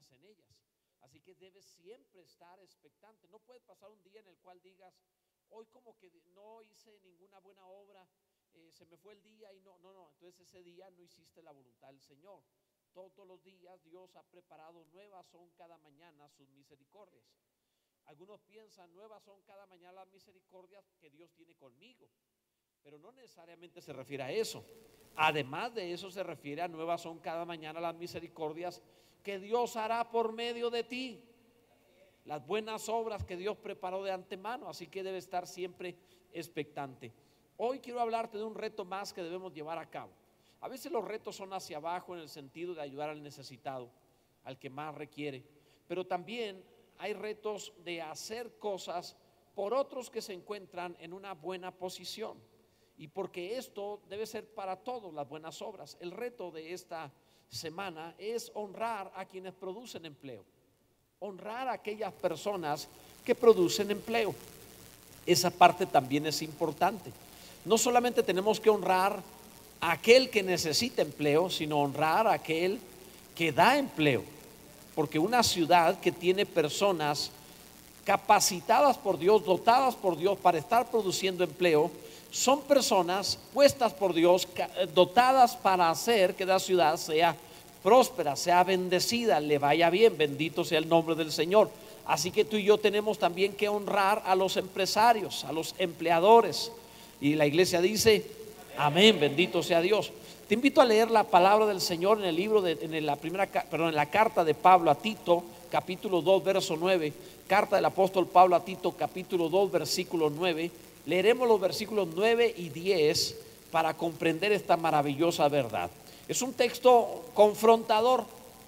buenas en ellas. Así que debes siempre estar expectante. No puede pasar un día en el cual digas, hoy como que no hice ninguna buena obra, se me fue el día y no. Entonces ese día no hiciste la voluntad del Señor. Todos los días Dios ha preparado, nuevas son cada mañana sus misericordias. Algunos piensan, nuevas son cada mañana las misericordias que Dios tiene conmigo, pero no necesariamente se refiere a eso. Además de eso se refiere a nuevas son cada mañana las misericordias que Dios hará por medio de ti, las buenas obras que Dios preparó de antemano. Así que debe estar siempre expectante. Hoy quiero hablarte de un reto más que debemos llevar a cabo. A veces los retos son hacia abajo en el sentido de ayudar al necesitado, al que más requiere, pero también hay retos de hacer cosas por otros que se encuentran en una buena posición, y porque esto debe ser para todos las buenas obras. El reto de esta semana es honrar a quienes producen empleo, honrar a aquellas personas que producen empleo. Esa parte también es importante. No solamente tenemos que honrar a aquel que necesita empleo, sino honrar a aquel que da empleo, porque una ciudad que tiene personas capacitadas por Dios, dotadas por Dios para estar produciendo empleo, son personas puestas por Dios, dotadas para hacer que la ciudad sea próspera, sea bendecida, le vaya bien. Bendito sea el nombre del Señor. Así que tú y yo tenemos también que honrar a los empresarios, a los empleadores, y la iglesia dice amén, bendito sea Dios. Te invito a leer la palabra del Señor en el libro en la carta de Pablo a Tito, capítulo 2, verso 9. Carta del apóstol Pablo a Tito, capítulo 2, versículo 9. Leeremos los versículos 9 y 10 para comprender esta maravillosa verdad. Es un texto confrontador,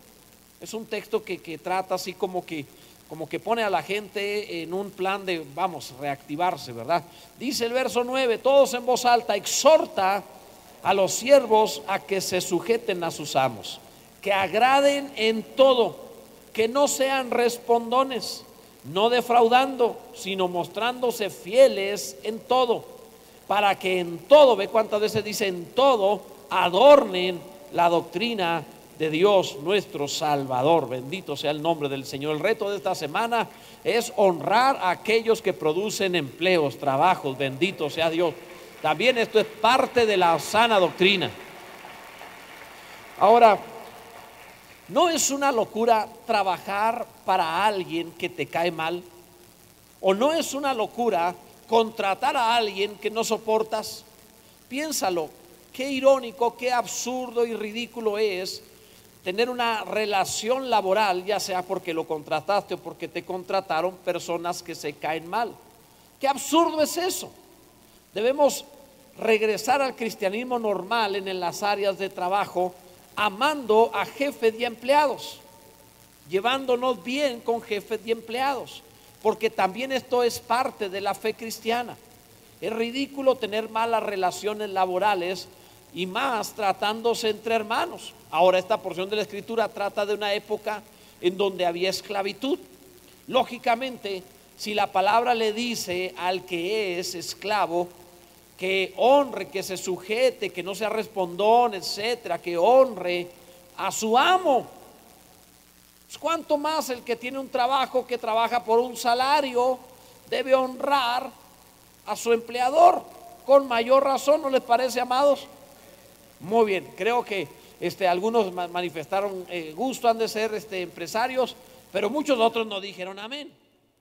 es un texto que trata así como que pone a la gente en un plan de reactivarse, ¿verdad? Dice el verso 9, todos en voz alta, exhorta a los siervos a que se sujeten a sus amos, que agraden en todo, que no sean respondones, no defraudando, sino mostrándose fieles en todo, para que en todo, ve cuántas veces dice en todo, adornen la doctrina de Dios nuestro Salvador. Bendito sea el nombre del Señor. El reto de esta semana es honrar a aquellos que producen empleos, trabajos. Bendito sea Dios. También esto es parte de la sana doctrina. Ahora, no es una locura trabajar para alguien que te cae mal, o no es una locura contratar a alguien que no soportas. Piénsalo, qué irónico, qué absurdo y ridículo es tener una relación laboral, ya sea porque lo contrataste o porque te contrataron, personas que se caen mal. Qué absurdo es eso. Debemos regresar al cristianismo normal en las áreas de trabajo, amando a jefes y empleados, llevándonos bien con jefes y empleados, porque también esto es parte de la fe cristiana. Es ridículo tener malas relaciones laborales, y más tratándose entre hermanos. Ahora, esta porción de la escritura trata de una época en donde había esclavitud. Lógicamente, si la palabra le dice al que es esclavo que honre, que se sujete, que no sea respondón, etcétera, que honre a su amo, ¿cuánto más el que tiene un trabajo, que trabaja por un salario, debe honrar a su empleador? Con mayor razón, ¿no les parece, amados? Muy bien, creo que algunos manifestaron gusto, han de ser empresarios, pero muchos otros no dijeron amén.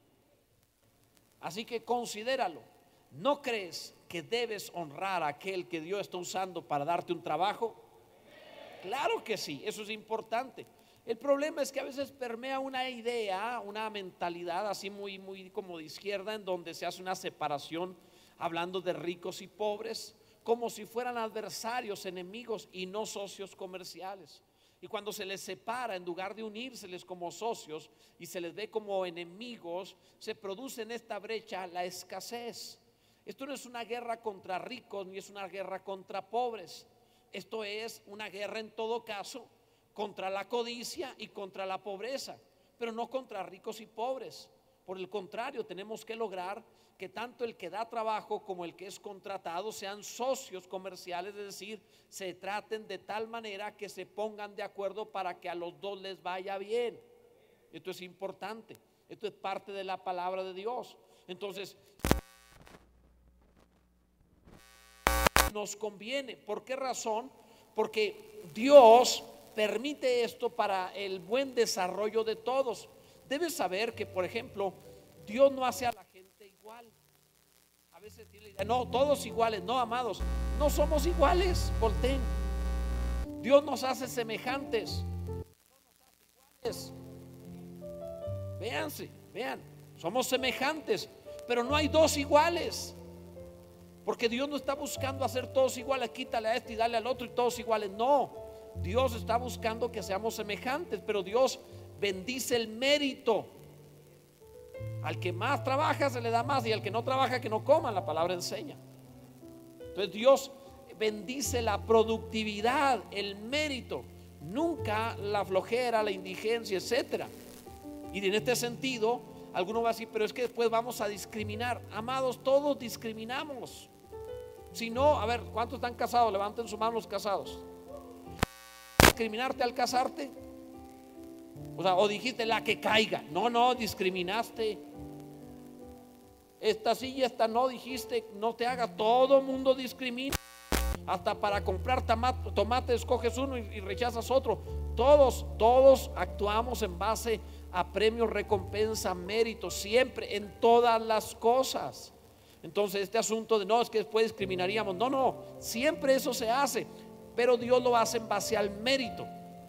Así que considéralo. ¿No crees que debes honrar a aquel que Dios está usando para darte un trabajo? Claro que sí, eso es importante. El problema es que a veces permea una idea, una mentalidad así muy como de izquierda, en donde se hace una separación hablando de ricos y pobres, como si fueran adversarios, enemigos y no socios comerciales. Y cuando se les separa, en lugar de unírseles como socios y se les ve como enemigos, se produce en esta brecha la escasez. Esto no es una guerra contra ricos ni es una guerra contra pobres. Esto es una guerra en todo caso contra la codicia y contra la pobreza, pero no contra ricos y pobres. Por el contrario, tenemos que lograr que tanto el que da trabajo como el que es contratado sean socios comerciales, es decir, se traten de tal manera que se pongan de acuerdo para que a los dos les vaya bien. Esto es importante. Esto es parte de la palabra de Dios. Entonces, nos conviene. ¿Por qué razón? Porque Dios permite esto para el buen desarrollo de todos. Debes saber que, por ejemplo, Dios no hace a la gente igual. A veces tiene la idea, no, todos iguales. No, amados, no somos iguales. Volteen. Dios nos hace semejantes, no nos hace iguales. Véanse, vean, somos semejantes, pero no hay dos iguales. Porque Dios no está buscando hacer todos iguales, quítale a este y dale al otro y todos iguales. No, Dios está buscando que seamos semejantes, pero Dios bendice el mérito. Al que más trabaja se le da más, y al que no trabaja que no coma, la palabra enseña. Entonces Dios bendice la productividad, el mérito, nunca la flojera, la indigencia, etcétera. Y en este sentido, alguno va a decir, pero es que después vamos a discriminar. Amados, todos discriminamos. Si no, a ver, ¿cuántos están casados? Levanten su mano los casados. ¿Discriminarte al casarte? O sea, o dijiste la que caiga. No, discriminaste. Esta sí y esta no, dijiste, no te hagas. Todo mundo discrimina. Hasta para comprar tomate escoges uno y rechazas otro. Todos actuamos en base a premios, recompensa, mérito, siempre, en todas las cosas. Entonces este asunto de no, es que después discriminaríamos, no, siempre eso se hace, pero Dios lo hace en base al mérito.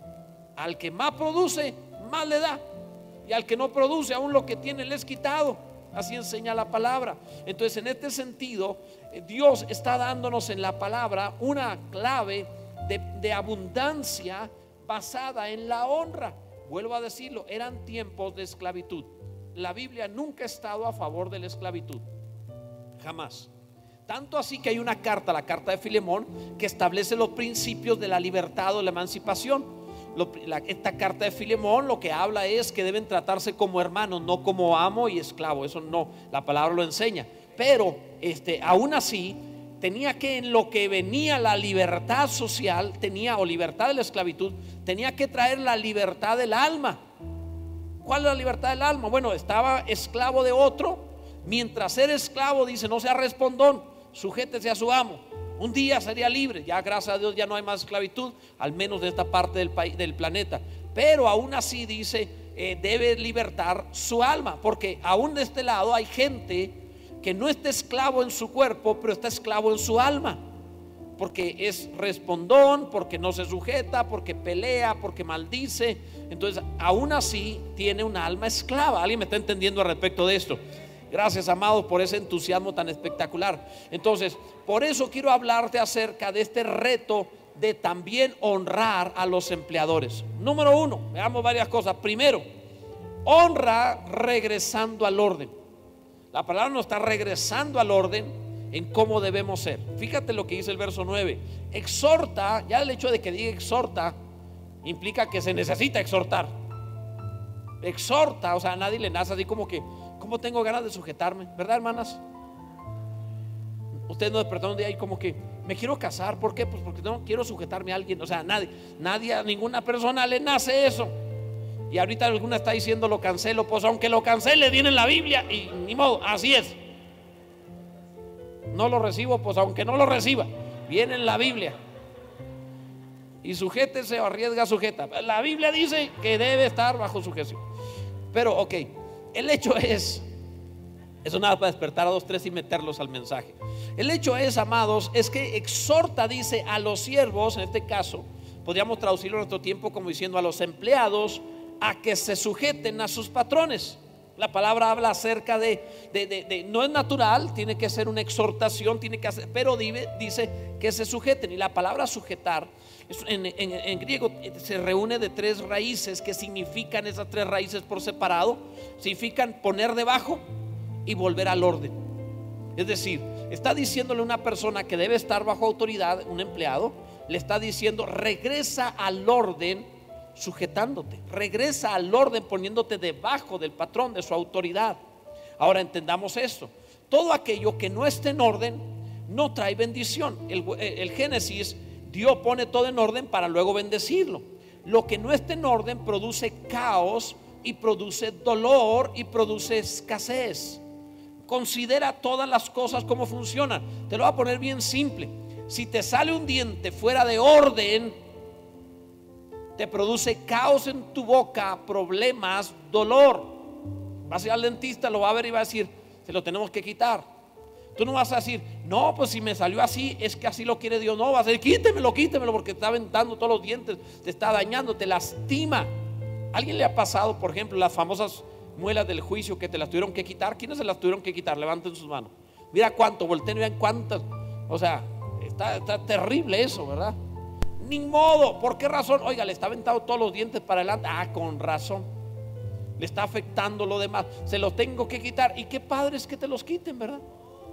Al que más produce, más le da, y al que no produce, aún lo que tiene le es quitado. Así enseña la palabra. Entonces en este sentido, Dios está dándonos en la palabra una clave de abundancia basada en la honra. Vuelvo a decirlo, eran tiempos de esclavitud. La Biblia nunca ha estado a favor de la esclavitud, jamás. Tanto así que hay una carta, la carta de Filemón, que establece los principios de la libertad o la emancipación. Esta carta de Filemón lo que habla es que deben tratarse como hermanos, no como amo y esclavo. Eso no, la palabra lo enseña. Pero aún así tenía que, en lo que venía la libertad social, o libertad de la esclavitud, tenía que traer la libertad del alma. ¿Cuál es la libertad del alma? Bueno, estaba esclavo de otro. Mientras era esclavo, dice, no sea respondón, sujétese a su amo. Un día sería libre. Ya gracias a Dios ya no hay más esclavitud, al menos de esta parte del planeta. Pero aún así dice, debe libertar su alma, porque aún de este lado hay gente que no está esclavo en su cuerpo, pero está esclavo en su alma, porque es respondón, porque no se sujeta, porque pelea, porque maldice. Entonces aún así tiene una alma esclava. ¿Alguien me está entendiendo al respecto de esto? Gracias, amados, por ese entusiasmo tan espectacular. Entonces, por eso quiero hablarte acerca de este reto de también honrar a los empleadores. Número uno, veamos varias cosas. Primero, honra regresando al orden. La palabra nos está regresando al orden en cómo debemos ser. Fíjate lo que dice el verso 9. Exhorta, ya el hecho de que diga exhorta implica que se necesita exhortar. Exhorta, o sea, a nadie le nace así como que, ¿cómo tengo ganas de sujetarme? ¿Verdad, hermanas? Ustedes no despertaron un día y como que me quiero casar. ¿Por qué? Pues porque no quiero sujetarme a alguien. O sea, nadie, a ninguna persona le nace eso. Y ahorita alguna está diciendo lo cancelo. Pues aunque lo cancele, viene en la Biblia y ni modo, así es. No lo recibo, pues aunque no lo reciba, viene en la Biblia. Y sujétese o arriesga sujeta. La Biblia dice que debe estar bajo sujeción. Pero ok, el hecho es, eso nada para despertar a 2, 3 y meterlos al mensaje. El hecho es, amados, es que exhorta, dice, a los siervos, en este caso, podríamos traducirlo en nuestro tiempo como diciendo a los empleados, a que se sujeten a sus patrones. La palabra habla acerca de no es natural, tiene que ser una exhortación, tiene que hacer, pero dice que se sujeten. Y la palabra sujetar en griego se reúne de 3 raíces que significan, esas 3 raíces por separado, significan poner debajo y volver al orden. Es decir, está diciéndole a una persona que debe estar bajo autoridad, un empleado, le está diciendo regresa al orden sujetándote, regresa al orden poniéndote debajo del patrón, de su autoridad. Ahora entendamos esto: todo aquello que no esté en orden no trae bendición. El Génesis, Dios pone todo en orden para luego bendecirlo. Lo que no esté en orden produce caos, y produce dolor y produce escasez. Considera todas las cosas como funcionan. Te lo voy a poner bien simple. Si te sale un diente fuera de orden, te produce caos en tu boca, problemas, dolor. Vas a ir al dentista, lo va a ver y va a decir: se lo tenemos que quitar. Tú no vas a decir: no, pues si me salió así, es que así lo quiere Dios. No, vas a decir: quítemelo, porque te está aventando todos los dientes, te está dañando, te lastima. ¿A alguien le ha pasado, por ejemplo, las famosas muelas del juicio que te las tuvieron que quitar? ¿Quiénes se las tuvieron que quitar? Levanten sus manos. Mira cuánto, volteen y vean cuántas. O sea, está terrible eso, ¿verdad? Ni modo. ¿Por qué razón? Oiga, le está aventando todos los dientes para adelante. Ah, con razón. Le está afectando lo demás. Se los tengo que quitar. Y qué padre es que te los quiten, ¿verdad?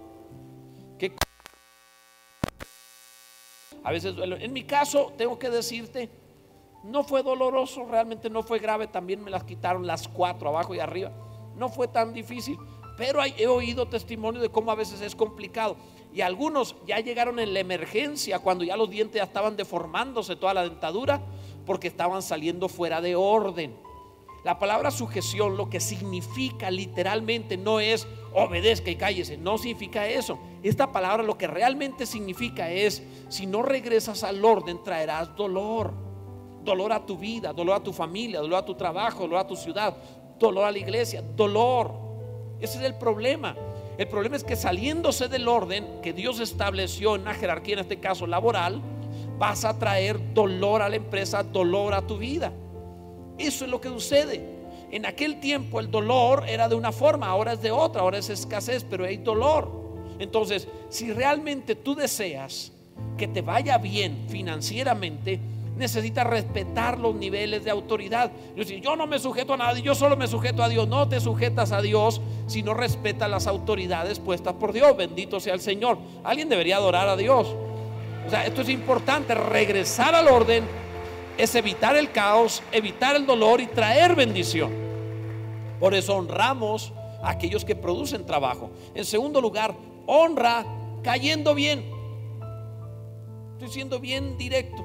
A veces duele. En mi caso, tengo que decirte, no fue doloroso, realmente no fue grave. También me las quitaron las 4, abajo y arriba. No fue tan difícil. Pero he oído testimonio de cómo a veces es complicado. Y algunos ya llegaron en la emergencia, cuando ya los dientes ya estaban deformándose, toda la dentadura, porque estaban saliendo fuera de orden. La palabra sujeción, lo que significa literalmente, no es obedezca y cállese. No significa eso. Esta palabra lo que realmente significa es: si no regresas al orden, traerás dolor. Dolor a tu vida, dolor a tu familia, dolor a tu trabajo, dolor a tu ciudad, dolor a la iglesia, dolor. Ese es el problema. El problema es que saliéndose del orden que Dios estableció en una jerarquía, en este caso laboral, vas a traer dolor a la empresa, dolor a tu vida. Eso es lo que sucede. En aquel tiempo el dolor era de una forma, ahora es de otra, ahora es escasez, pero hay dolor. Entonces, si realmente tú deseas que te vaya bien financieramente, necesitas respetar los niveles de autoridad. Yo no me sujeto a nadie, yo solo me sujeto a Dios. No te sujetas a Dios si no respetas las autoridades puestas por Dios. Bendito sea el Señor. Alguien debería adorar a Dios. O sea, esto es importante. Regresar al orden es evitar el caos, evitar el dolor y traer bendición. Por eso honramos a aquellos que producen trabajo. En segundo lugar, honra cayendo bien. Estoy siendo bien directo.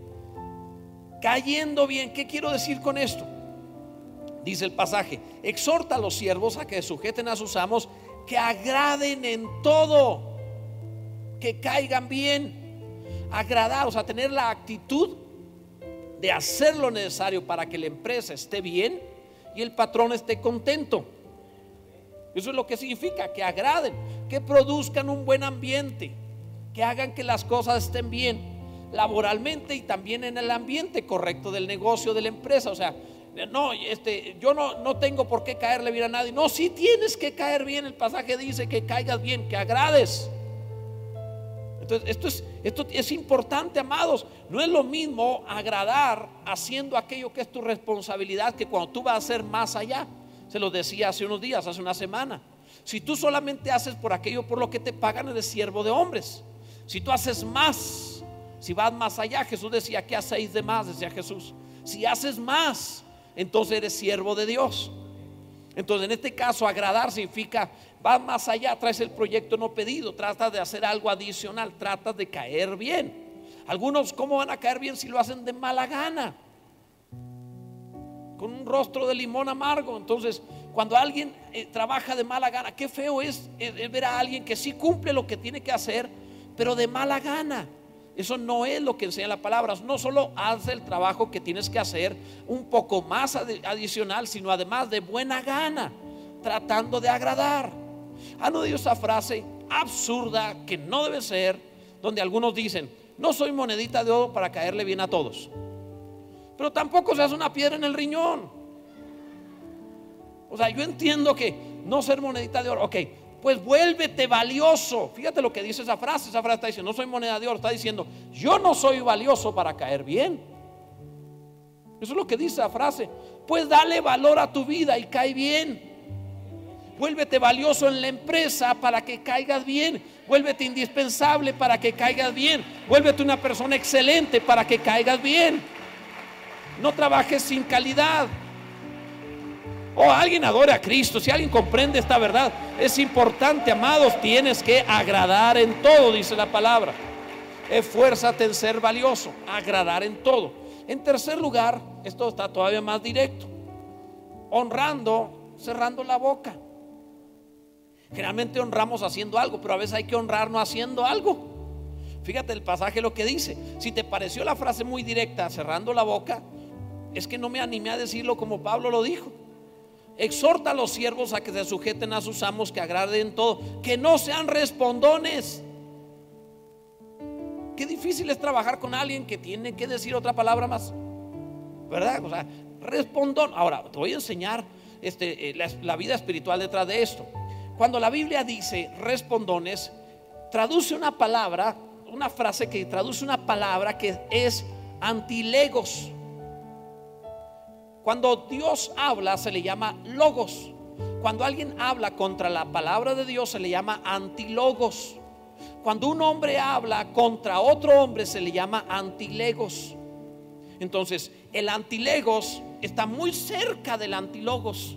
Cayendo bien. ¿Qué quiero decir con esto? Dice el pasaje: exhorta a los siervos a que sujeten a sus amos, que agraden en todo, que caigan bien. Agradar, o sea, tener la actitud de hacer lo necesario para que la empresa esté bien y el patrón esté contento. Eso es lo que significa, que agraden, que produzcan un buen ambiente, que hagan que las cosas estén bien laboralmente y también en el ambiente correcto del negocio, de la empresa. O sea, no, yo no tengo por qué caerle bien a nadie. No, sí tienes que caer bien. El pasaje dice que caigas bien, que agrades. Entonces esto es importante, amados. No es lo mismo agradar haciendo aquello que es tu responsabilidad, que cuando tú vas a hacer más allá. Se lo decía hace unos días, hace una semana. Si tú solamente haces por aquello por lo que te pagan, eres siervo de hombres. Si tú haces más, si vas más allá, Jesús decía: ¿qué hacéis de más? Decía Jesús. Si haces más, entonces eres siervo de Dios. Entonces, en este caso, agradar significa: vas más allá, traes el proyecto no pedido, tratas de hacer algo adicional, tratas de caer bien. Algunos, ¿cómo van a caer bien si lo hacen de mala gana? Con un rostro de limón amargo. Entonces, cuando alguien trabaja de mala gana, qué feo es ver a alguien que sí cumple lo que tiene que hacer, pero de mala gana. Eso no es lo que enseña la palabra. No solo haz el trabajo que tienes que hacer un poco más adicional, sino además de buena gana, tratando de agradar. ¿Han oído esa frase absurda que no debe ser? Donde algunos dicen: no soy monedita de oro para caerle bien a todos, pero tampoco se hace una piedra en el riñón. O sea, yo entiendo que no ser monedita de oro, ok, pues vuélvete valioso. Fíjate lo que dice esa frase. Esa frase está diciendo: no soy moneda de oro. Está diciendo: yo no soy valioso para caer bien. Eso es lo que dice esa frase. Pues dale valor a tu vida y cae bien. Vuélvete valioso en la empresa para que caigas bien. Vuélvete indispensable para que caigas bien. Vuélvete una persona excelente para que caigas bien. No trabajes sin calidad. Alguien adore a Cristo. Si alguien comprende esta verdad, es importante, amados. Tienes que agradar en todo, dice la palabra. Esfuérzate en ser valioso, agradar en todo. En tercer lugar, esto está todavía más directo: honrando, cerrando la boca. Generalmente honramos haciendo algo, pero a veces hay que honrar no haciendo algo. Fíjate el pasaje lo que dice. Si te pareció la frase muy directa, cerrando la boca, es que no me animé a decirlo como Pablo lo dijo. Exhorta a los siervos a que se sujeten a sus amos, que agraden todo, que no sean respondones. Qué difícil es trabajar con alguien que tiene que decir otra palabra más, ¿verdad? O sea, respondón. Ahora te voy a enseñar la vida espiritual detrás de esto. Cuando la Biblia dice respondones, traduce una palabra, una frase que traduce una palabra que es antilegos. Cuando Dios habla se le llama logos. Cuando alguien habla contra la palabra de Dios se le llama antilogos. Cuando un hombre habla contra otro hombre se le llama antilegos. Entonces el antilegos está muy cerca del antilogos.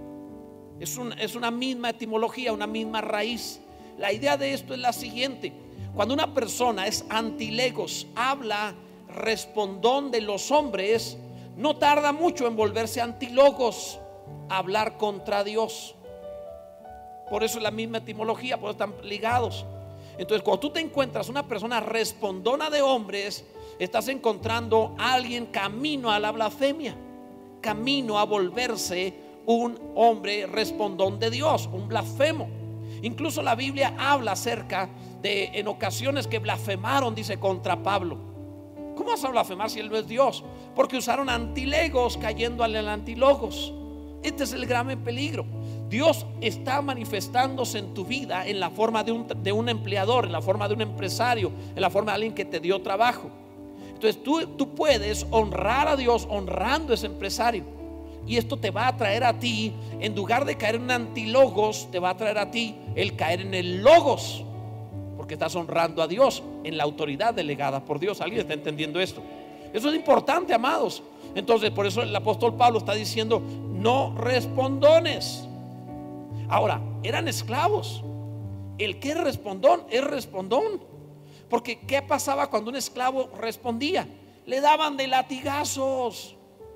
Es una misma etimología, una misma raíz. La idea de esto es la siguiente: cuando una persona es antilegos, habla respondón de los hombres, no tarda mucho en volverse antilogos, hablar contra Dios. Por eso es la misma etimología, por eso están ligados. Entonces cuando tú te encuentras una persona respondona de hombres, estás encontrando a alguien camino a la blasfemia, camino a volverse un hombre respondón de Dios, un blasfemo. Incluso la Biblia habla acerca de en ocasiones que blasfemaron, dice, contra Pablo. ¿Cómo vas a blasfemar si él no es Dios? Porque usaron antilegos cayendo al antilogos. Este es el gran peligro. Dios está manifestándose en tu vida en la forma de un empleador, en la forma de un empresario, en la forma de alguien que te dio trabajo. Entonces tú puedes honrar a Dios honrando a ese empresario, y esto te va a traer a ti, en lugar de caer en un antilogos, te va a traer a ti el caer en el logos, porque estás honrando a Dios en la autoridad delegada por Dios. ¿Alguien está entendiendo esto? Eso es importante, amados. Entonces por eso el apóstol Pablo está diciendo no respondones. Ahora, eran esclavos. El que es respondón es respondón. Porque ¿qué pasaba cuando un esclavo respondía? Le daban de latigazos.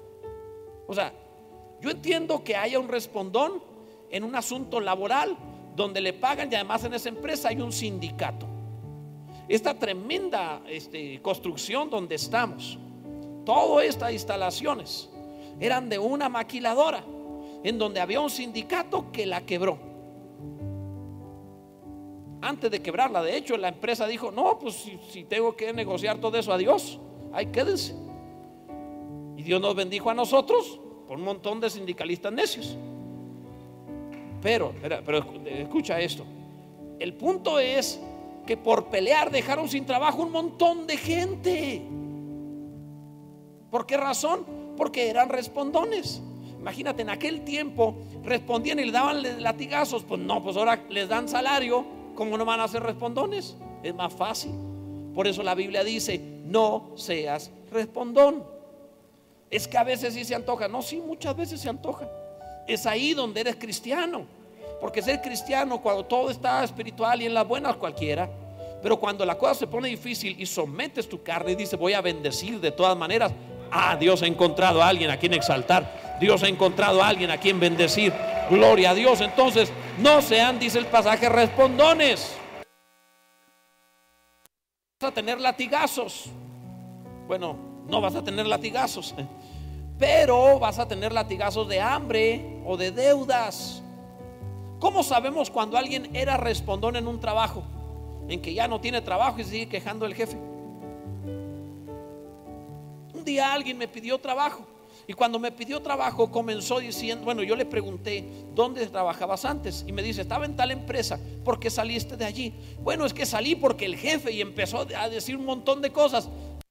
O sea, yo entiendo que haya un respondón en un asunto laboral donde le pagan, y además en esa empresa hay un sindicato. Esta tremenda construcción donde estamos, todas estas instalaciones eran de una maquiladora en donde había un sindicato que la quebró. Antes de quebrarla, de hecho, la empresa dijo: no, pues si tengo que negociar todo eso, adiós, ahí quédense. Y Dios nos bendijo a nosotros por un montón de sindicalistas necios. Pero escucha esto: el punto es que por pelear dejaron sin trabajo un montón de gente. ¿Por qué razón? Porque eran respondones. Imagínate, en aquel tiempo respondían y le daban latigazos. Pues no, pues ahora les dan salario, ¿cómo no van a ser respondones? Es más fácil. Por eso la Biblia dice: no seas respondón. Es que a veces sí se antoja. No, sí, muchas veces se antoja. Es ahí donde eres cristiano. Porque ser cristiano, cuando todo está espiritual y en las buenas, cualquiera. Pero cuando la cosa se pone difícil y sometes tu carne y dices: voy a bendecir de todas maneras. Dios ha encontrado a alguien a quien exaltar. Dios ha encontrado a alguien a quien bendecir. Gloria a Dios. Entonces no sean, dice el pasaje, respondones. Vas a tener latigazos. Bueno, no vas a tener latigazos, pero vas a tener latigazos de hambre o de deudas. ¿Cómo sabemos cuando alguien era respondón en un trabajo, en que ya no tiene trabajo y sigue quejando del jefe? Un día alguien me pidió trabajo, y cuando me pidió trabajo comenzó diciendo, bueno, yo le pregunté: ¿dónde trabajabas antes? Y me dice: estaba en tal empresa. ¿Por qué saliste de allí? Bueno, es que salí porque el jefe, y empezó a decir un montón de cosas.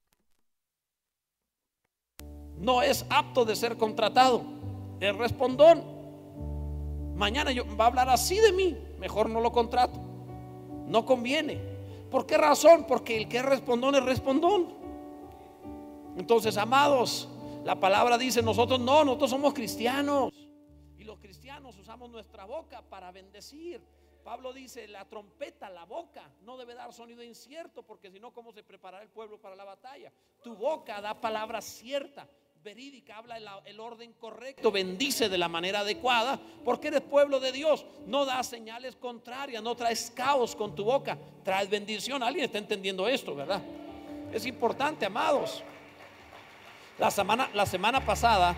No es apto de ser contratado, es respondón. Mañana va a hablar así de mí, mejor no lo contrato, no conviene. ¿Por qué razón? Porque el que es respondón. Entonces, amados, la palabra dice: nosotros somos cristianos, y los cristianos usamos nuestra boca para bendecir. Pablo dice: la trompeta, la boca, no debe dar sonido incierto, porque si no, ¿cómo se preparará el pueblo para la batalla? Tu boca da palabra cierta, verídica, habla el orden correcto, bendice de la manera adecuada, porque eres pueblo de Dios. No das señales contrarias, no traes caos con tu boca, traes bendición. ¿Alguien está entendiendo esto, verdad? Es importante, amados. La semana pasada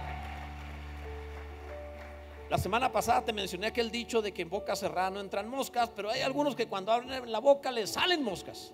te mencioné aquel dicho de que en boca cerrada no entran moscas, pero hay algunos que cuando abren la boca les salen moscas.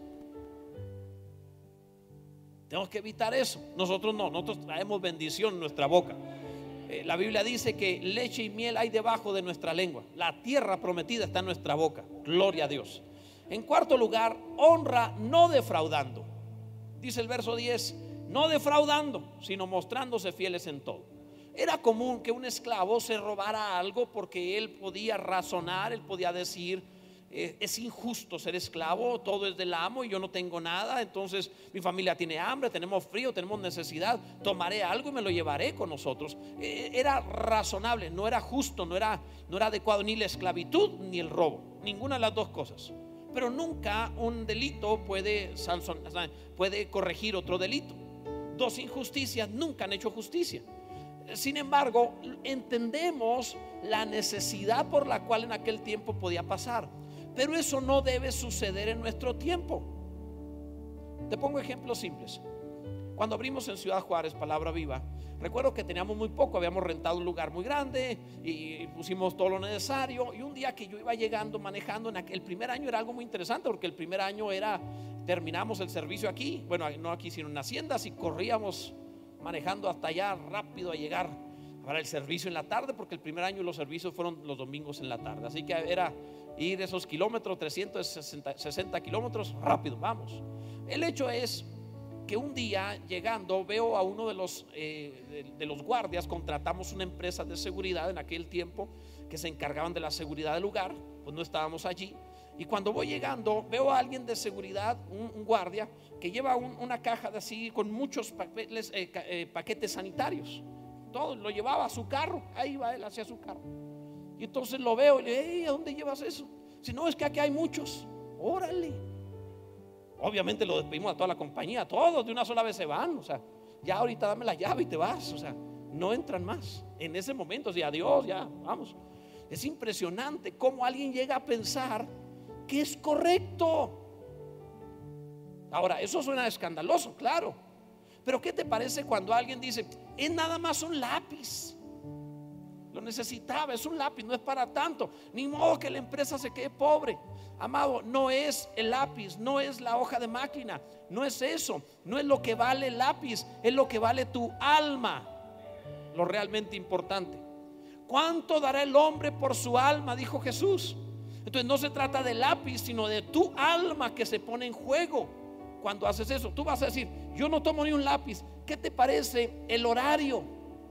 Tenemos que evitar eso. Nosotros no, nosotros traemos bendición en nuestra boca. La Biblia dice que leche y miel hay debajo de nuestra lengua. La tierra prometida está en nuestra boca. Gloria a Dios. En cuarto lugar, honra no defraudando. Dice el verso 10, no defraudando, sino mostrándose fieles en todo. Era común que un esclavo se robara algo porque él podía razonar, él podía decir: es injusto ser esclavo, todo es del amo y yo no tengo nada, entonces mi familia tiene hambre, tenemos frío, tenemos necesidad, tomaré algo y me lo llevaré con nosotros. Era razonable, no era justo, no era adecuado ni la esclavitud ni el robo, ninguna de las dos cosas. Pero nunca un delito puede corregir otro delito. Dos injusticias nunca han hecho justicia. Sin embargo, entendemos la necesidad por la cual en aquel tiempo podía pasar, pero eso no debe suceder en nuestro tiempo. Te pongo ejemplos simples. Cuando abrimos en Ciudad Juárez Palabra Viva, recuerdo que teníamos muy poco, habíamos rentado un lugar muy grande y pusimos todo lo necesario. Y un día que yo iba llegando manejando, el primer año era algo muy interesante, porque el primer año terminamos el servicio aquí, bueno, no aquí sino en Haciendas, y corríamos manejando hasta allá rápido a llegar para el servicio en la tarde, porque el primer año los servicios fueron los domingos en la tarde. Así que era ir esos kilómetros, 360 kilómetros, rápido, vamos. El hecho es que un día llegando veo a uno de los guardias. Contratamos una empresa de seguridad en aquel tiempo que se encargaban de la seguridad del lugar, pues no estábamos allí. Y cuando voy llegando veo a alguien de seguridad, un guardia, que lleva una caja de así con muchos paquetes sanitarios. Todo lo llevaba a su carro, ahí va él hacia su carro. Y entonces lo veo y le digo: hey, ¿a dónde llevas eso? Si no, es que aquí hay muchos. Órale. Obviamente lo despedimos a toda la compañía, todos de una sola vez se van. O sea, ya ahorita dame la llave y te vas. O sea, no entran más en ese momento. O sea, adiós, ya, vamos. Es impresionante cómo alguien llega a pensar que es correcto. Ahora, eso suena escandaloso, claro, pero ¿qué te parece cuando alguien dice: es nada más un lápiz, lo necesitaba, es un lápiz, no es para tanto, ni modo que la empresa se quede pobre? Amado, no es el lápiz, no es la hoja de máquina, no es eso, no es lo que vale el lápiz, es lo que vale tu alma, lo realmente importante. ¿Cuánto dará el hombre por su alma?, dijo Jesús. Entonces no se trata del lápiz, sino de tu alma que se pone en juego cuando haces eso. Tú vas a decir: yo no tomo ni un lápiz. ¿Qué te parece el horario?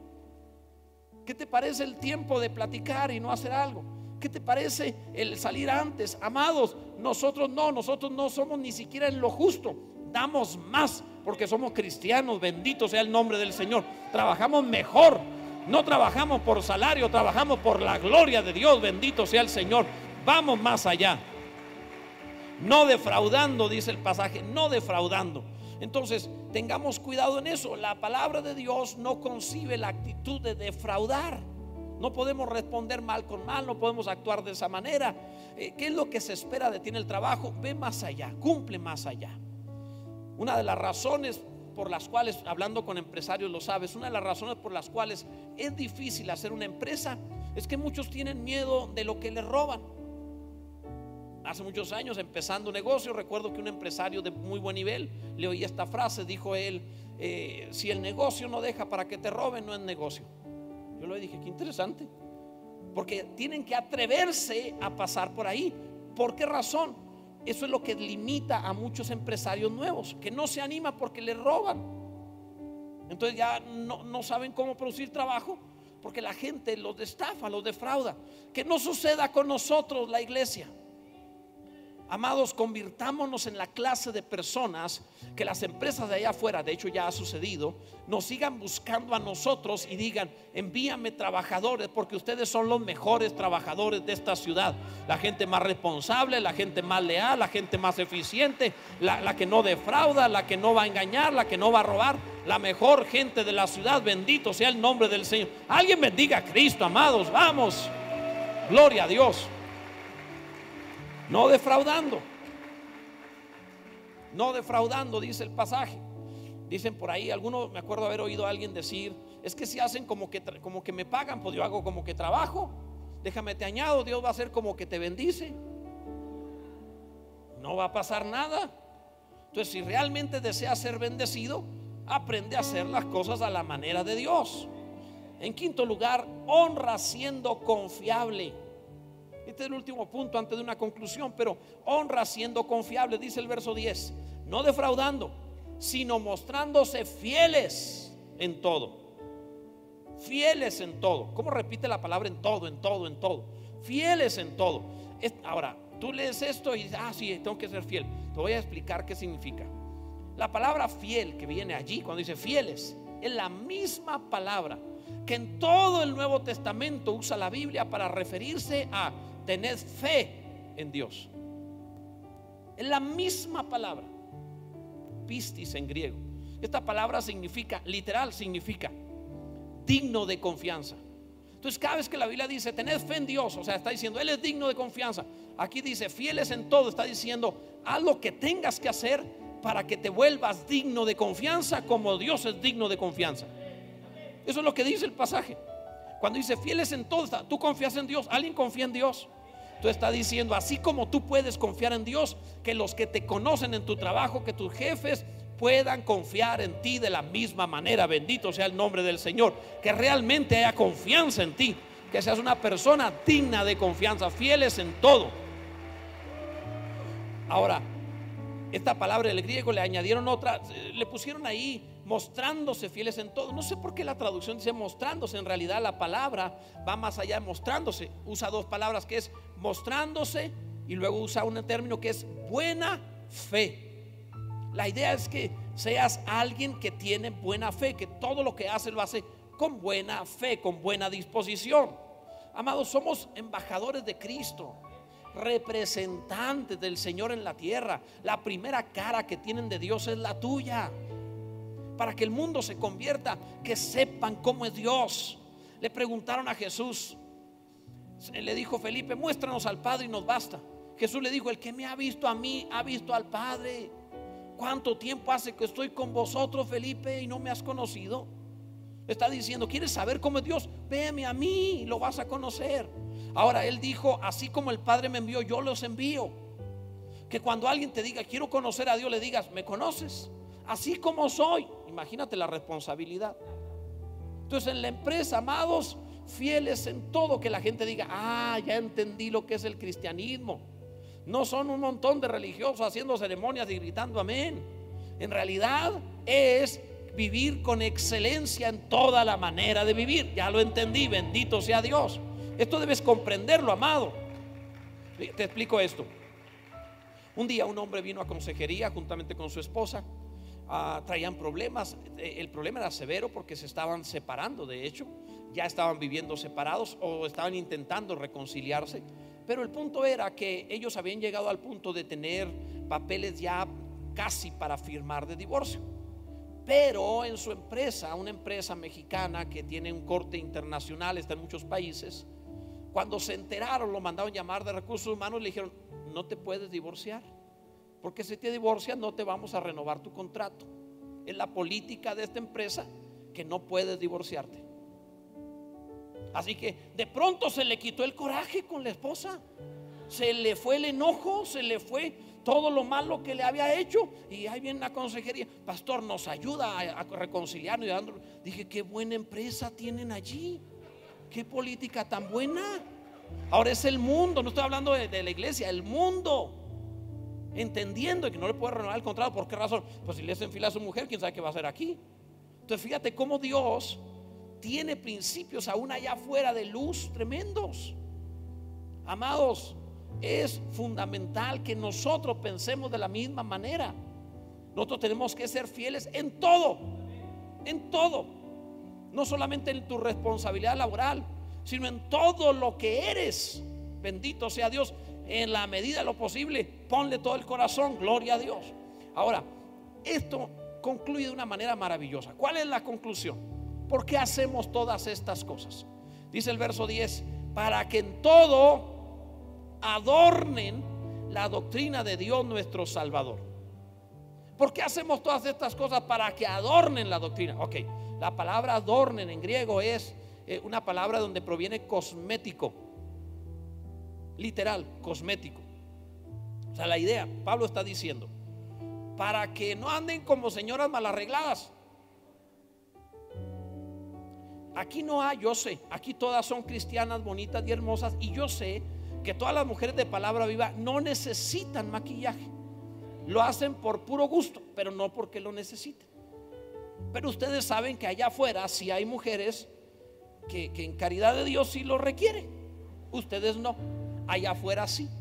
¿Qué te parece el tiempo de platicar y no hacer algo? ¿Qué te parece el salir antes? Amados, nosotros no somos ni siquiera en lo justo. Damos más porque somos cristianos, bendito sea el nombre del Señor. Trabajamos mejor, no trabajamos por salario, trabajamos por la gloria de Dios, bendito sea el Señor. Vamos más allá. No defraudando, dice el pasaje, no defraudando. Entonces tengamos cuidado en eso. La palabra de Dios no concibe la actitud de defraudar. No podemos responder mal con mal, no podemos actuar de esa manera. ¿Qué es lo que se espera de ti en el trabajo? Ve más allá, cumple más allá. Una de las razones por las cuales, hablando con empresarios lo sabes, una de las razones por las cuales es difícil hacer una empresa es que muchos tienen miedo de lo que les roban. Hace muchos años, empezando un negocio, recuerdo que un empresario de muy buen nivel le oí esta frase. Dijo él: si el negocio no deja para que te roben, no es negocio. Yo le dije: qué interesante, porque tienen que atreverse a pasar por ahí. ¿Por qué razón? Eso es lo que limita a muchos empresarios nuevos, que no se animan porque les roban. Entonces ya no saben cómo producir trabajo, porque la gente los estafa, los defrauda. Que no suceda con nosotros, la iglesia. Amados, convirtámonos en la clase de personas que las empresas de allá afuera, de hecho ya ha sucedido, nos sigan buscando a nosotros y digan: envíame trabajadores, porque ustedes son los mejores trabajadores de esta ciudad. La gente más responsable, la gente más leal, la gente más eficiente, la que no defrauda, la que no va a engañar, la que no va a robar, la mejor gente de la ciudad. Bendito sea el nombre del Señor. Alguien bendiga a Cristo, amados. Vamos, gloria a Dios. No defraudando, no defraudando, dice el pasaje. Dicen por ahí, algunos, me acuerdo haber oído a alguien decir: es que si hacen como que me pagan, pues yo hago como que trabajo. Déjame te añado, Dios va a hacer como que te bendice. No va a pasar nada. Entonces, si realmente deseas ser bendecido, aprende a hacer las cosas a la manera de Dios. En quinto lugar, honra siendo confiable. Este es el último punto antes de una conclusión, pero honra siendo confiable. Dice el verso 10: no defraudando, sino mostrándose fieles en todo. Fieles en todo. ¿Cómo repite la palabra en todo, en todo, en todo? Fieles en todo. Ahora, tú lees esto y dices: sí, tengo que ser fiel. Te voy a explicar qué significa. La palabra fiel que viene allí, cuando dice fieles, es la misma palabra que en todo el Nuevo Testamento usa la Biblia para referirse a tener fe en Dios. Es la misma palabra, pistis en griego. Esta palabra significa, literal significa digno de confianza. Entonces, cada vez que la Biblia dice tened fe en Dios, o sea, está diciendo Él es digno de confianza. Aquí dice fieles en todo, está diciendo haz lo que tengas que hacer para que te vuelvas digno de confianza, como Dios es digno de confianza. Eso es lo que dice el pasaje. Cuando dice fieles en todo, tú confías en Dios, alguien confía en Dios. Tú está diciendo, así como tú puedes confiar en Dios, que los que te conocen en tu trabajo, que tus jefes puedan confiar en ti de la misma manera. Bendito sea el nombre del Señor. Que realmente haya confianza en ti, que seas una persona digna de confianza, fieles en todo. Ahora, esta palabra del griego le añadieron otra, le pusieron ahí mostrándose fieles en todo. No sé por qué la traducción dice mostrándose. En realidad la palabra va más allá de mostrándose. Usa dos palabras, que es mostrándose y luego usa un término que es buena fe. La idea es que seas alguien que tiene buena fe, que todo lo que hace lo hace con buena fe, con buena disposición. Amados, somos embajadores de Cristo, representantes del Señor en la tierra. La primera cara que tienen de Dios es la tuya. Para que el mundo se convierta, que sepan cómo es Dios. Le preguntaron a Jesús, le dijo Felipe, muéstranos al Padre y nos basta. Jesús le dijo, el que me ha visto a mí, ha visto al Padre. ¿Cuánto tiempo hace que estoy con vosotros, Felipe, y no me has conocido? Está diciendo, ¿quieres saber cómo es Dios? Véame a mí y lo vas a conocer. Ahora él dijo, así como el Padre me envió, yo los envío. Que cuando alguien te diga, quiero conocer a Dios, le digas, ¿me conoces? Así como soy. Imagínate la responsabilidad. Entonces en la empresa, amados, fieles en todo, que la gente diga, ya entendí lo que es el cristianismo. No son un montón de religiosos haciendo ceremonias y gritando amén. En realidad es vivir con excelencia en toda la manera de vivir. Ya lo entendí, bendito sea Dios. Esto debes comprenderlo, amado. Te explico esto. Un día un hombre vino a consejería juntamente con su esposa. Traían problemas. El problema era severo porque se estaban separando. De hecho, ya estaban viviendo separados o estaban intentando reconciliarse. Pero el punto era que ellos habían llegado al punto de tener papeles ya casi para firmar de divorcio. Pero en su empresa, una empresa mexicana que tiene un corte internacional, está en muchos países, cuando se enteraron, lo mandaron llamar de recursos humanos, le dijeron, no te puedes divorciar, porque si te divorcias no te vamos a renovar tu contrato. Es la política de esta empresa que no puedes divorciarte. Así que de pronto se le quitó el coraje con la esposa, se le fue el enojo, se le fue todo lo malo que le había hecho. Y ahí viene la consejería, pastor, nos ayuda a reconciliarnos. Dije, qué buena empresa tienen allí, qué política tan buena. Ahora es el mundo, no estoy hablando de la iglesia, el mundo entendiendo que no le puede renovar el contrato. ¿Por qué razón? Pues si le hacen fila a su mujer, quién sabe qué va a hacer aquí. Entonces fíjate cómo Dios tiene principios aún allá afuera de luz tremendos. Amados, es fundamental que nosotros pensemos de la misma manera. Nosotros tenemos que ser fieles en todo, en todo. No solamente en tu responsabilidad laboral, sino en todo lo que eres. Bendito sea Dios. En la medida de lo posible, ponle todo el corazón, gloria a Dios. Ahora, esto concluye de una manera maravillosa. ¿Cuál es la conclusión? ¿Por qué hacemos todas estas cosas? Dice el verso 10: para que en todo adornen la doctrina de Dios nuestro Salvador. ¿Por qué hacemos todas estas cosas? Para que adornen la doctrina. Ok, la palabra adornen en griego es una palabra donde proviene cosmético, literal, cosmético. O sea, la idea, Pablo está diciendo, para que no anden como señoras mal arregladas. Aquí no hay, yo sé, aquí todas son cristianas bonitas y hermosas, y yo sé que todas las mujeres de Palabra Viva no necesitan maquillaje. Lo hacen por puro gusto, pero no porque lo necesiten. Pero ustedes saben que allá afuera sí hay mujeres que en caridad de Dios sí lo requieren. Ustedes no, allá afuera sí.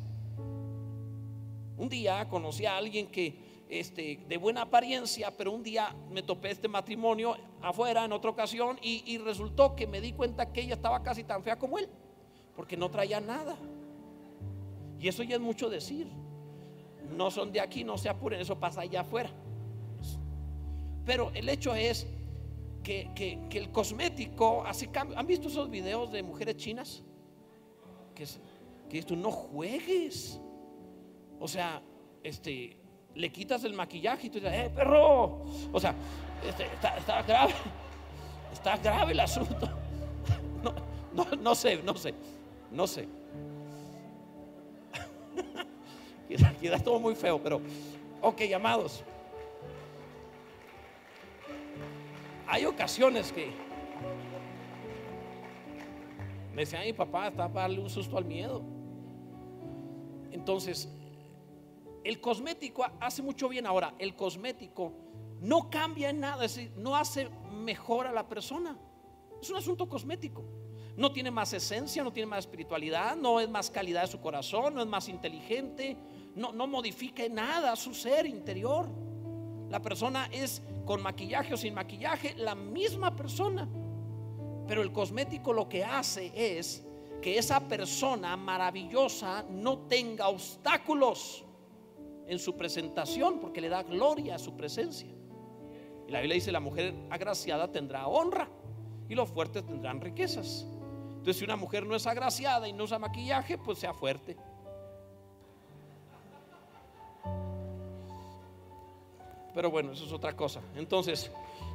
Un día conocí a alguien que de buena apariencia, pero un día me topé este matrimonio afuera en otra ocasión y resultó que me di cuenta que ella estaba casi tan fea como él, porque no traía nada. Y eso ya es mucho decir. No son de aquí, no se apuren, eso pasa allá afuera. Pero el hecho es que el cosmético hace cambio. ¿Han visto esos videos de mujeres chinas? Que tú no juegues. O sea, le quitas el maquillaje y tú dices, perro. O sea, está grave. Está grave el asunto. No sé. Queda todo muy feo, pero ok, amados, hay ocasiones que me decía, mi papá está para darle un susto al miedo. Entonces, el cosmético hace mucho bien. Ahora, el cosmético no cambia en nada, es decir, no hace mejor a la persona. Es un asunto cosmético. No tiene más esencia, no tiene más espiritualidad, no es más calidad de su corazón, no es más inteligente, no modifica en nada su ser interior. La persona es con maquillaje o sin maquillaje la misma persona. Pero el cosmético lo que hace es que esa persona maravillosa no tenga obstáculos en su presentación, porque le da gloria a su presencia. Y la Biblia dice: la mujer agraciada tendrá honra y los fuertes tendrán riquezas. Entonces, si una mujer no es agraciada y no usa maquillaje, pues sea fuerte. Pero bueno, eso es otra cosa. Entonces,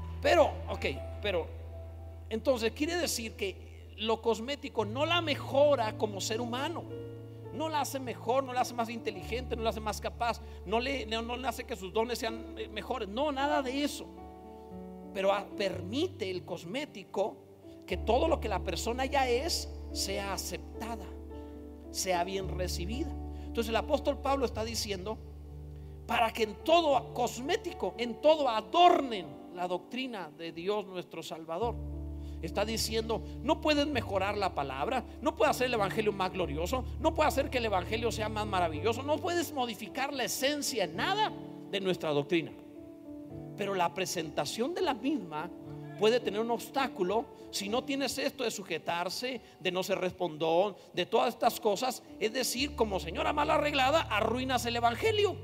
entonces quiere decir que lo cosmético no la mejora como ser humano, no la hace mejor, no la hace más inteligente, no la hace más capaz, no le hace que sus dones sean mejores, no, nada de eso. Pero permite el cosmético que todo lo que la persona ya es sea aceptada, sea bien recibida. Entonces el apóstol Pablo está diciendo: para que en todo cosmético, en todo adornen la doctrina de Dios nuestro Salvador. Está diciendo: no puedes mejorar la palabra, no puedes hacer el evangelio más glorioso, no puedes hacer que el evangelio sea más maravilloso, no puedes modificar la esencia en nada de nuestra doctrina. Pero la presentación de la misma puede tener un obstáculo si no tienes esto de sujetarse, de no ser respondón, de todas estas cosas. Es decir, como señora mal arreglada, arruinas el evangelio.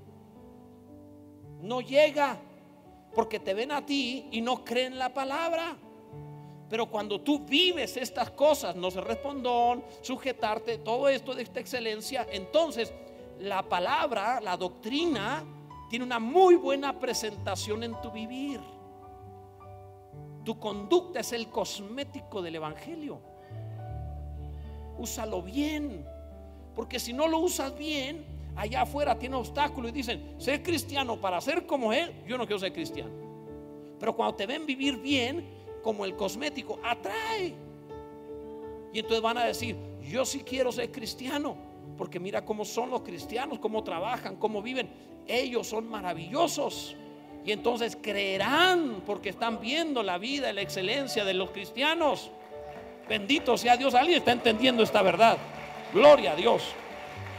No llega, porque te ven a ti y no creen la palabra. Pero cuando tú vives estas cosas, no ser respondón, sujetarte, todo esto de esta excelencia, entonces la palabra, la doctrina, tiene una muy buena presentación en tu vivir. Tu conducta es el cosmético del evangelio. Úsalo bien, porque si no lo usas bien, allá afuera tiene obstáculos y dicen: ser cristiano para ser como él, yo no quiero ser cristiano. Pero cuando te ven vivir bien, como el cosmético atrae, y entonces van a decir: yo sí quiero ser cristiano, porque mira cómo son los cristianos, cómo trabajan, cómo viven, ellos son maravillosos. Y entonces creerán, porque están viendo la vida y la excelencia de los cristianos. Bendito sea Dios. Alguien está entendiendo esta verdad. Gloria a Dios.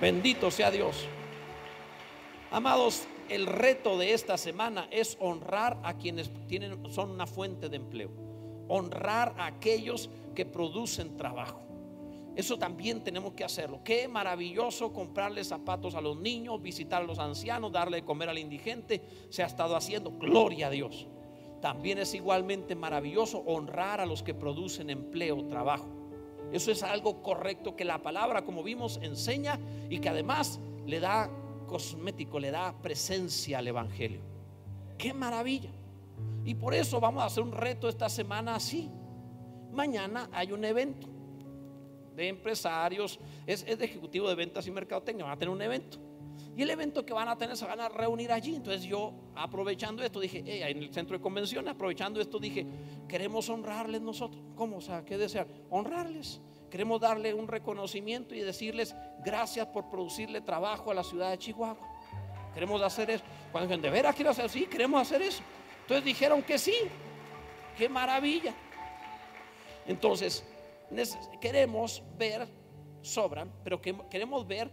Bendito sea Dios. Amados, el reto de esta semana es honrar a quienes son una fuente de empleo. Honrar a aquellos que producen trabajo. Eso también tenemos que hacerlo. Qué maravilloso comprarle zapatos a los niños, visitar a los ancianos, darle de comer al indigente. Se ha estado haciendo, gloria a Dios. También es igualmente maravilloso honrar a los que producen empleo, trabajo. Eso es algo correcto que la palabra, como vimos, enseña, y que además le da cosmético, le da presencia al evangelio. Qué maravilla. Y por eso vamos a hacer un reto esta semana así. Mañana hay un evento de empresarios, es de ejecutivo de ventas y mercadotecnia. Van a tener un evento, y el evento que van a tener, se van a reunir allí. Entonces yo, aprovechando esto, dije, en el centro de convenciones, aprovechando esto, dije, queremos honrarles nosotros. ¿Cómo? O sea, ¿qué desear? Honrarles. Queremos darle un reconocimiento y decirles gracias por producirle trabajo a la ciudad de Chihuahua. Queremos hacer eso. Cuando dijeron, ¿de veras quiero hacer? Sí, queremos hacer eso. Entonces dijeron que sí. ¡Qué maravilla! Entonces queremos ver, sobran, pero queremos ver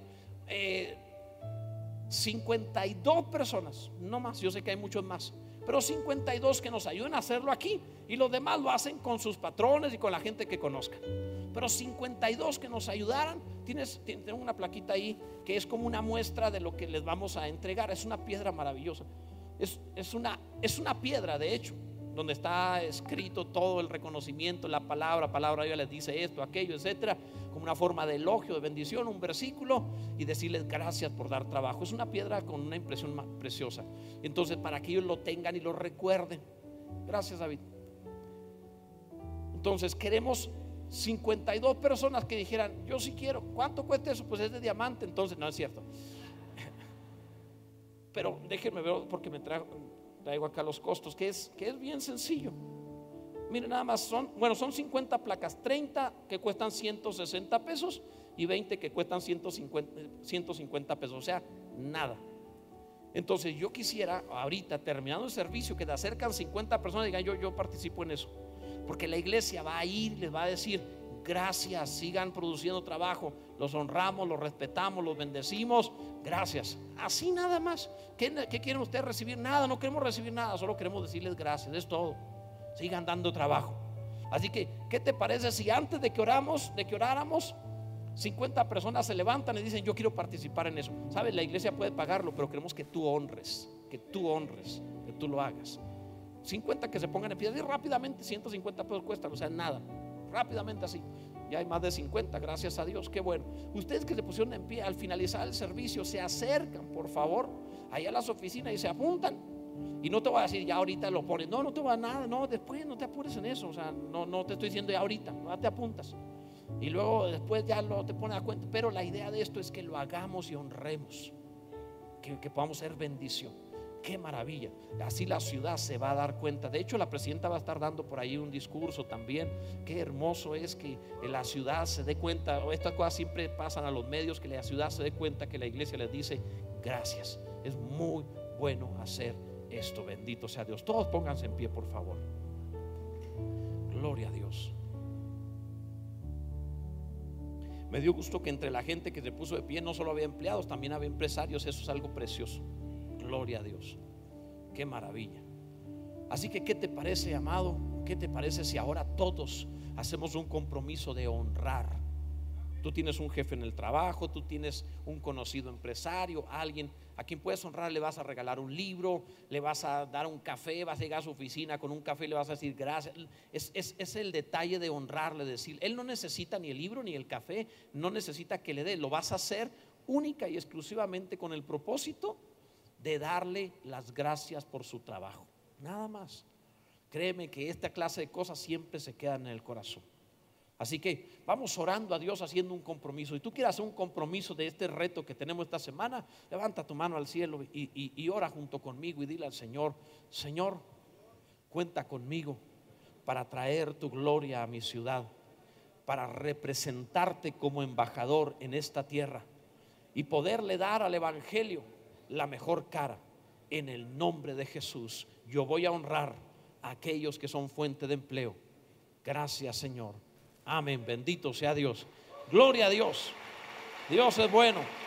52 personas, no más. Yo sé que hay muchos más, pero 52 que nos ayuden a hacerlo aquí, y los demás lo hacen con sus patrones y con la gente que conozcan. Pero 52 que nos ayudaran. Tengo una plaquita ahí que es como una muestra de lo que les vamos a entregar. Es una piedra maravillosa. Es una piedra, de hecho, donde está escrito todo el reconocimiento, la palabra Dios les dice esto, aquello, etcétera, como una forma de elogio, de bendición, un versículo, y decirles gracias por dar trabajo. Es una piedra con una impresión más preciosa. Entonces, para que ellos lo tengan y lo recuerden. Gracias, David. Entonces queremos 52 personas que dijeran, yo sí quiero. ¿Cuánto cuesta eso? Pues es de diamante. Entonces no es cierto. Pero déjenme ver, porque me traigo acá los costos, que es bien sencillo. Miren, nada más son 50 placas, 30 que cuestan 160 pesos y 20 que cuestan 150 pesos, o sea, nada. Entonces yo quisiera ahorita, terminando el servicio, que te acercan 50 personas y digan, yo participo en eso, porque la iglesia va a ir, les va a decir gracias, sigan produciendo trabajo, los honramos, los respetamos, los bendecimos, gracias. Así nada más. ¿Qué quieren ustedes recibir? Nada, no queremos recibir nada, solo queremos decirles gracias, es todo. Sigan dando trabajo. Así que, ¿qué te parece si antes de que oráramos, 50 personas se levantan y dicen, yo quiero participar en eso? Sabes, la iglesia puede pagarlo, pero queremos que tú honres, que tú lo hagas. 50 que se pongan en pie, y rápidamente 150 pesos cuestan, o sea, nada. Rápidamente así. Ya hay más de 50, gracias a Dios, qué bueno. Ustedes que se pusieron en pie al finalizar el servicio, se acercan, por favor, allá a las oficinas y se apuntan. Y no te voy a decir, ya ahorita lo pones. No te va a nada, no, después no te apures en eso. O sea, no te estoy diciendo ya ahorita, no te apuntas. Y luego después ya te pones a cuenta. Pero la idea de esto es que lo hagamos y honremos, que podamos ser bendición. Qué maravilla. Así la ciudad se va a dar cuenta. De hecho, la presidenta va a estar dando por ahí un discurso también. Qué hermoso es que la ciudad se dé cuenta. Estas cosas siempre pasan a los medios, que la ciudad se dé cuenta que la iglesia les dice gracias. Es muy bueno hacer esto. Bendito sea Dios. Todos pónganse en pie, por favor. Gloria a Dios. Me dio gusto que entre la gente que se puso de pie no solo había empleados, también había empresarios. Eso es algo precioso. Gloria a Dios. Qué maravilla. Así que, ¿qué te parece, amado? ¿Qué te parece si ahora todos hacemos un compromiso de honrar? Tú tienes un jefe en el trabajo, tú tienes un conocido empresario, alguien a quien puedes honrar. Le vas a regalar un libro, le vas a dar un café, vas a llegar a su oficina con un café y le vas a decir gracias. Es el detalle de honrarle, decir, él no necesita ni el libro ni el café, no necesita que le dé. Lo vas a hacer única y exclusivamente con el propósito de darle las gracias por su trabajo, nada más. Créeme que esta clase de cosas siempre se quedan en el corazón. Así que vamos orando a Dios, haciendo un compromiso. Y tú quieres hacer un compromiso de este reto que tenemos esta semana, levanta tu mano al cielo y ora junto conmigo y dile al Señor: Señor, cuenta conmigo para traer tu gloria a mi ciudad, para representarte como embajador en esta tierra y poderle dar al evangelio la mejor cara. En el nombre de Jesús, yo voy a honrar a aquellos que son fuente de empleo. Gracias, Señor. Amén. Bendito sea Dios. Gloria a Dios. Dios es bueno.